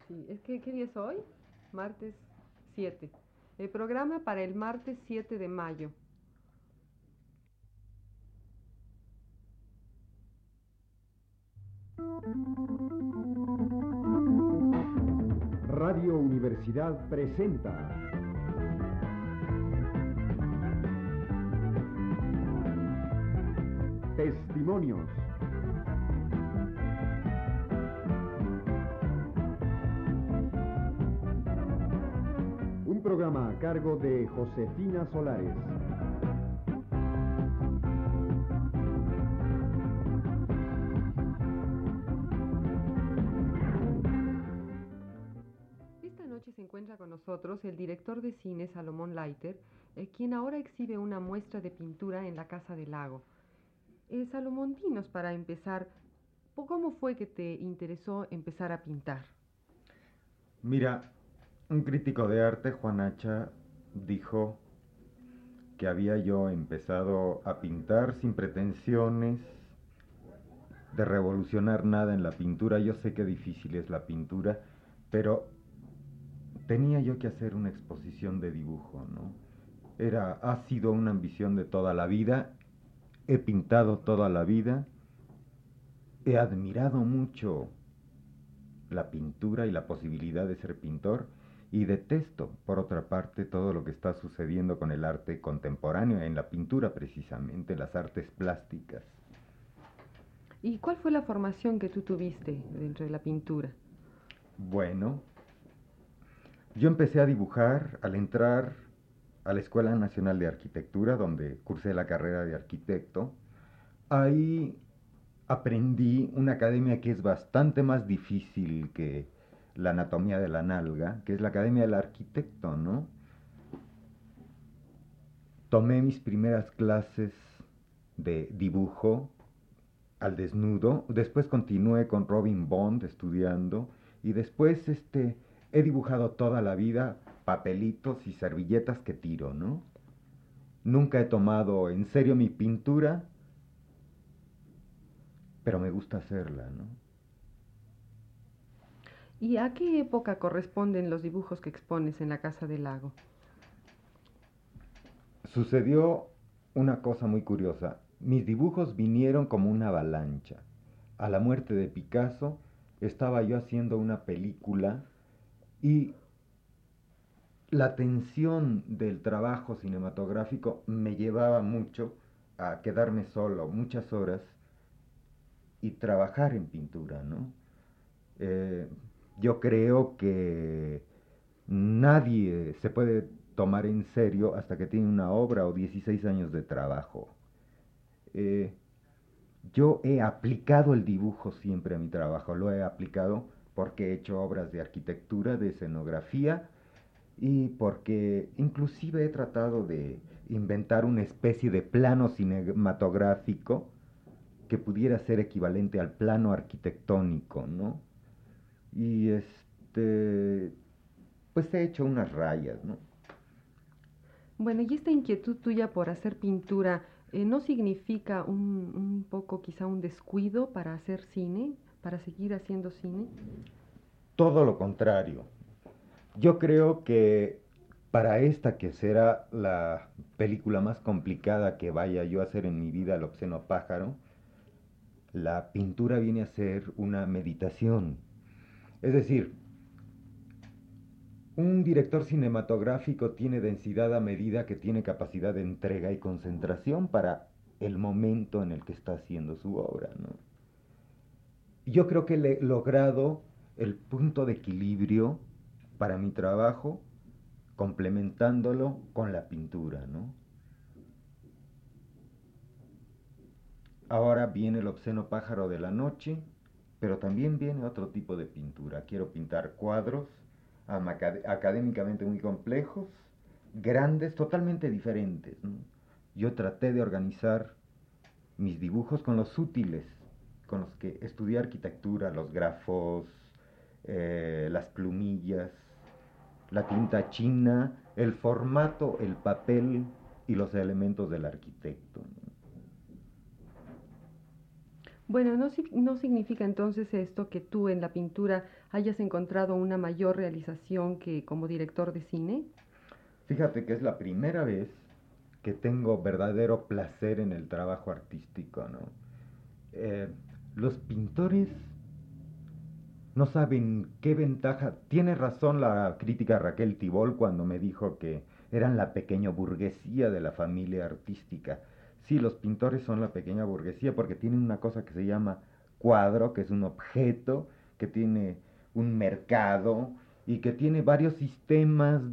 Sí, es que, ¿qué día es hoy? Martes 7. El programa para el martes 7 de mayo. Radio Universidad presenta Testimonios. Un programa a cargo de Josefina Solares. Esta noche se encuentra con nosotros el director de cine Salomón Leiter, quien ahora exhibe una muestra de pintura en la Casa del Lago. Salomón, dinos para empezar, ¿cómo fue que te interesó empezar a pintar? Mira, un crítico de arte, Juan Hacha, dijo que había yo empezado a pintar sin pretensiones de revolucionar nada en la pintura. Yo sé que difícil es la pintura, pero tenía yo que hacer una exposición de dibujo, ¿no? Ha sido una ambición de toda la vida, he pintado toda la vida, he admirado mucho la pintura y la posibilidad de ser pintor, y detesto, por otra parte, todo lo que está sucediendo con el arte contemporáneo, en la pintura precisamente, las artes plásticas. ¿Y cuál fue la formación que tú tuviste dentro de la pintura? Bueno, yo empecé a dibujar al entrar a la Escuela Nacional de Arquitectura, donde cursé la carrera de arquitecto. Ahí aprendí una academia que es bastante más difícil que la anatomía de la nalga, que es la Academia del Arquitecto, ¿no? Tomé mis primeras clases de dibujo al desnudo, después continué con Robin Bond estudiando, y después he dibujado toda la vida papelitos y servilletas que tiro, ¿no? Nunca he tomado en serio mi pintura, pero me gusta hacerla, ¿no? ¿Y a qué época corresponden los dibujos que expones en la Casa del Lago? Sucedió una cosa muy curiosa. Mis dibujos vinieron como una avalancha. A la muerte de Picasso estaba yo haciendo una película y la tensión del trabajo cinematográfico me llevaba mucho a quedarme solo muchas horas y trabajar en pintura, ¿no? Eh, yo creo que nadie se puede tomar en serio hasta que tiene una obra o 16 años de trabajo. Eh, yo he aplicado el dibujo siempre a mi trabajo, lo he aplicado porque he hecho obras de arquitectura, de escenografía, y porque inclusive he tratado de inventar una especie de plano cinematográfico que pudiera ser equivalente al plano arquitectónico, ¿no? Y pues he hecho unas rayas, ¿no? Bueno, y esta inquietud tuya por hacer pintura, ¿no significa un poco quizá un descuido para hacer cine, para seguir haciendo cine? Todo lo contrario. Yo creo que para esta que será la película más complicada que vaya yo a hacer en mi vida, El obsceno pájaro, la pintura viene a ser una meditación. Es decir, un director cinematográfico tiene densidad a medida que tiene capacidad de entrega y concentración para el momento en el que está haciendo su obra, ¿no? Yo creo que he logrado el punto de equilibrio para mi trabajo, complementándolo con la pintura, ¿no? Ahora viene El obsceno pájaro de la noche, pero también viene otro tipo de pintura. Quiero pintar cuadros académicamente muy complejos, grandes, totalmente diferentes, ¿no? Yo traté de organizar mis dibujos con los útiles, con los que estudié arquitectura, los grafos, las plumillas, la tinta china, el formato, el papel y los elementos del arquitecto, ¿no? Bueno, no significa entonces esto que tú en la pintura hayas encontrado una mayor realización que como director de cine. Fíjate que es la primera vez que tengo verdadero placer en el trabajo artístico, ¿no? Eh, los pintores no saben qué ventaja. Tiene razón la crítica Raquel Tibol cuando me dijo que eran la pequeña burguesía de la familia artística. Sí, los pintores son la pequeña burguesía porque tienen una cosa que se llama cuadro, que es un objeto, que tiene un mercado y que tiene varios sistemas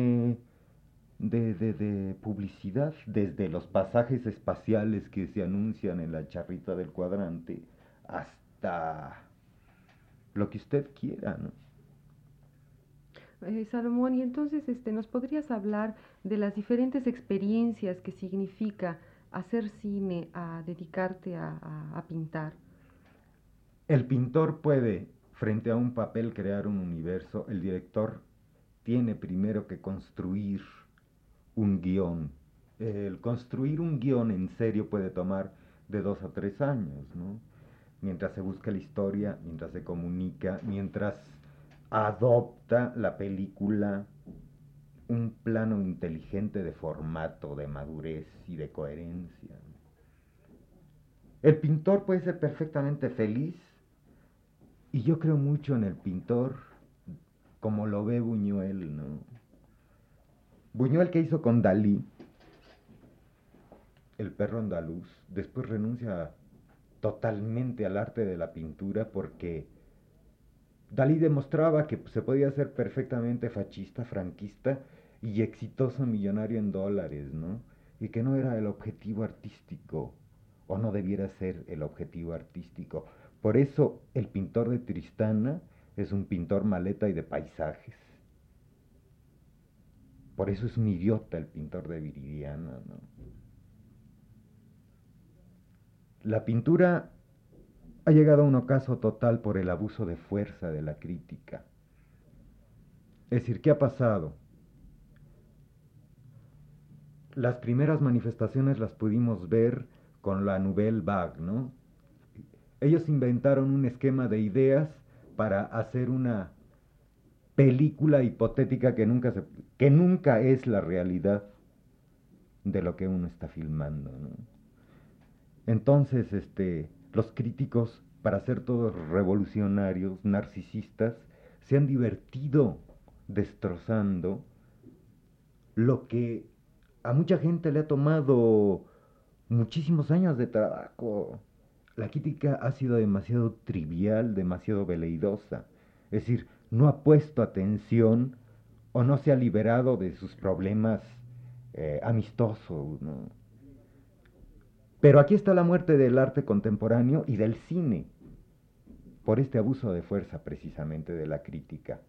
de publicidad, desde los pasajes espaciales que se anuncian en la charrita del cuadrante hasta lo que usted quiera, ¿no? Salomón, y entonces ¿nos podrías hablar de las diferentes experiencias que significa hacer cine a dedicarte a pintar? El pintor puede, frente a un papel, crear un universo. El director tiene primero que construir un guión. El construir un guión en serio puede tomar de 2 a 3 años, ¿no? Mientras se busca la historia, mientras se comunica, mientras adopta la película un plano inteligente de formato, de madurez y de coherencia. El pintor puede ser perfectamente feliz y yo creo mucho en el pintor como lo ve Buñuel, ¿no? Buñuel, que hizo con Dalí, el perro andaluz, después renuncia totalmente al arte de la pintura porque Dalí demostraba que se podía ser perfectamente fascista, franquista y exitoso millonario en dólares, ¿no? Y que no era el objetivo artístico, o no debiera ser el objetivo artístico. Por eso el pintor de Tristana es un pintor maleta y de paisajes. Por eso es un idiota el pintor de Viridiana, ¿no? La pintura ha llegado a un ocaso total por el abuso de fuerza de la crítica. Es decir, ¿qué ha pasado? Las primeras manifestaciones las pudimos ver con la Nouvelle Vague, ¿no? Ellos inventaron un esquema de ideas para hacer una película hipotética que nunca es la realidad de lo que uno está filmando, ¿no? Entonces, los críticos, para ser todos revolucionarios, narcisistas, se han divertido destrozando lo que a mucha gente le ha tomado muchísimos años de trabajo. La crítica ha sido demasiado trivial, demasiado veleidosa. Es decir, no ha puesto atención o no se ha liberado de sus problemas amistosos, ¿no? Pero aquí está la muerte del arte contemporáneo y del cine, por este abuso de fuerza precisamente de la crítica.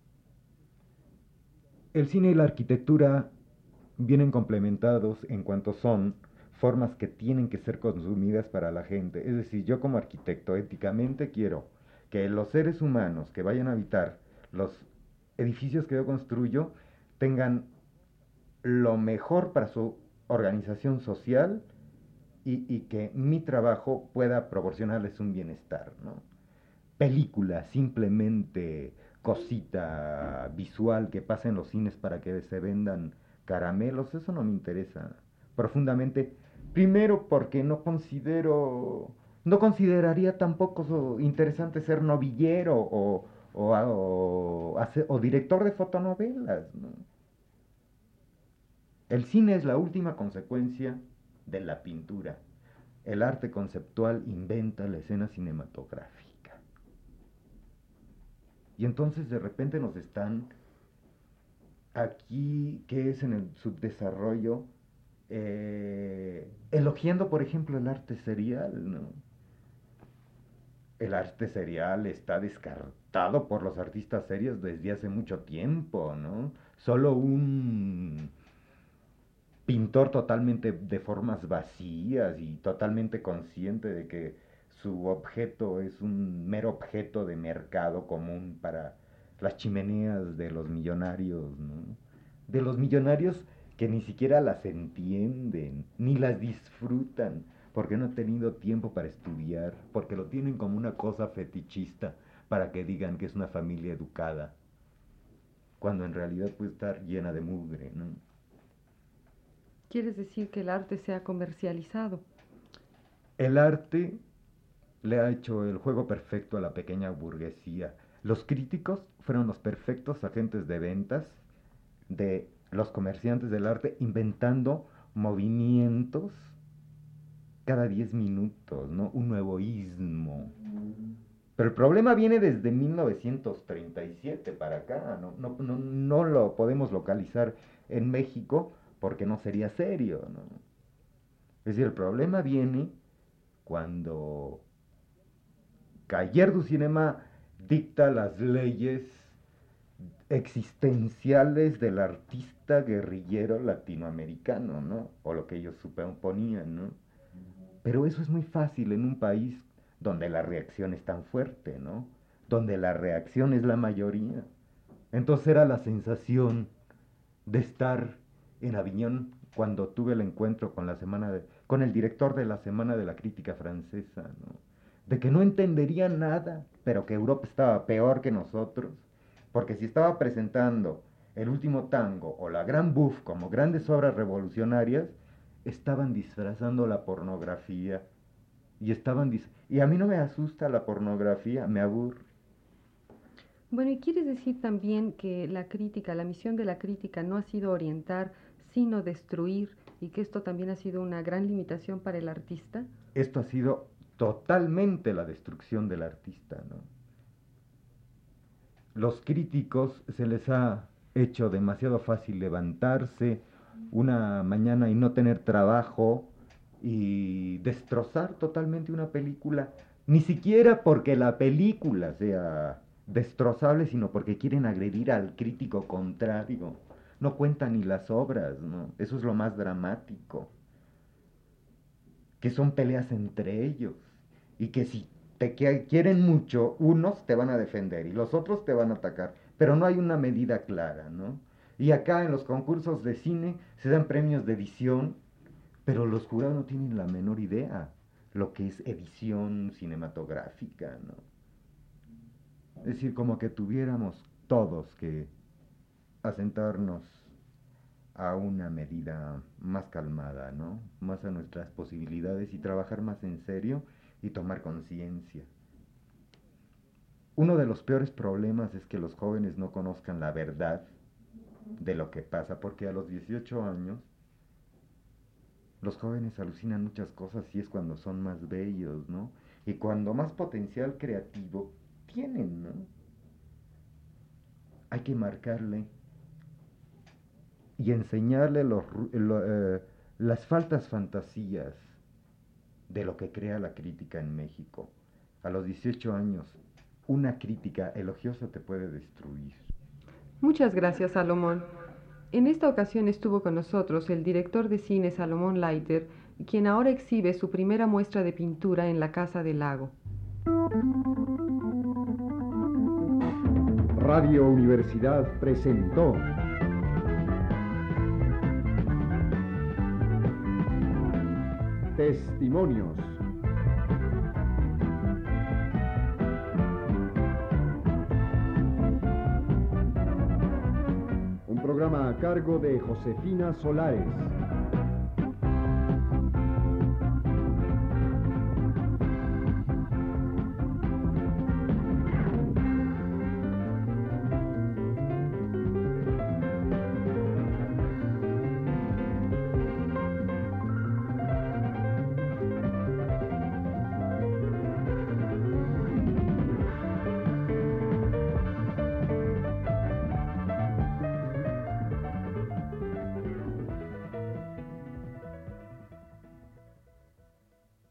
El cine y la arquitectura vienen complementados en cuanto son formas que tienen que ser consumidas para la gente. Es decir, yo como arquitecto éticamente quiero que los seres humanos que vayan a habitar los edificios que yo construyo tengan lo mejor para su organización social y que mi trabajo pueda proporcionarles un bienestar, ¿no? Película, simplemente cosita visual que pasa en los cines para que se vendan caramelos, eso no me interesa profundamente. Primero porque no consideraría tampoco interesante ser novillero o director de fotonovelas, ¿no? El cine es la última consecuencia de la pintura. El arte conceptual inventa la escena cinematográfica. Y entonces de repente nos están aquí, que es en el subdesarrollo, elogiando, por ejemplo, el arte serial, ¿no? El arte serial está descartado por los artistas serios desde hace mucho tiempo, ¿no? Solo un pintor totalmente de formas vacías y totalmente consciente de que su objeto es un mero objeto de mercado común para las chimeneas de los millonarios, ¿no? De los millonarios que ni siquiera las entienden, ni las disfrutan, porque no ha tenido tiempo para estudiar, porque lo tienen como una cosa fetichista para que digan que es una familia educada, cuando en realidad puede estar llena de mugre, ¿no? ¿Quieres decir que el arte se ha comercializado? El arte le ha hecho el juego perfecto a la pequeña burguesía. Los críticos fueron los perfectos agentes de ventas de los comerciantes del arte, inventando movimientos cada 10 minutos, ¿no? Un nuevo ismo. Pero el problema viene desde 1937 para acá, no lo podemos localizar en México porque no sería serio, ¿no? Es decir, el problema viene cuando Cahiers du Cinema dicta las leyes existenciales del artista guerrillero latinoamericano, ¿no? O lo que ellos suponían, ¿no? Pero eso es muy fácil en un país donde la reacción es tan fuerte, ¿no? Donde la reacción es la mayoría. Entonces era la sensación de estar en Aviñón cuando tuve el encuentro con el director de la Semana de la Crítica Francesa, ¿no? De que no entendería nada, pero que Europa estaba peor que nosotros, porque si estaba presentando El Último Tango o La Gran Bouffe como grandes obras revolucionarias, estaban disfrazando la pornografía, y a mí no me asusta la pornografía, me aburre. Bueno, ¿y quieres decir también que la misión de la crítica no ha sido orientar, sino destruir, y que esto también ha sido una gran limitación para el artista? Esto ha sido totalmente la destrucción del artista, ¿no? Los críticos se les ha hecho demasiado fácil levantarse una mañana y no tener trabajo y destrozar totalmente una película, ni siquiera porque la película sea destrozable, sino porque quieren agredir al crítico contrario. No cuentan ni las obras, ¿no? Eso es lo más dramático. Que son peleas entre ellos. Y que si te quieren mucho, unos te van a defender y los otros te van a atacar. Pero no hay una medida clara, ¿no? Y acá en los concursos de cine se dan premios de edición, pero los jurados no tienen la menor idea lo que es edición cinematográfica, ¿no? Es decir, como que tuviéramos todos que asentarnos a una medida más calmada, ¿no? Más a nuestras posibilidades y trabajar más en serio y tomar conciencia. Uno de los peores problemas es que los jóvenes no conozcan la verdad de lo que pasa, porque a los 18 años los jóvenes alucinan muchas cosas y es cuando son más bellos, ¿no? Y cuando más potencial creativo tienen, ¿no? Hay que marcarle y enseñarle las faltas fantasías de lo que crea la crítica en México. A los 18 años, una crítica elogiosa te puede destruir. Muchas gracias, Salomón. En esta ocasión estuvo con nosotros el director de cine Salomón Leiter, quien ahora exhibe su primera muestra de pintura en la Casa del Lago. Radio Universidad presentó Testimonios. Un programa a cargo de Josefina Solares.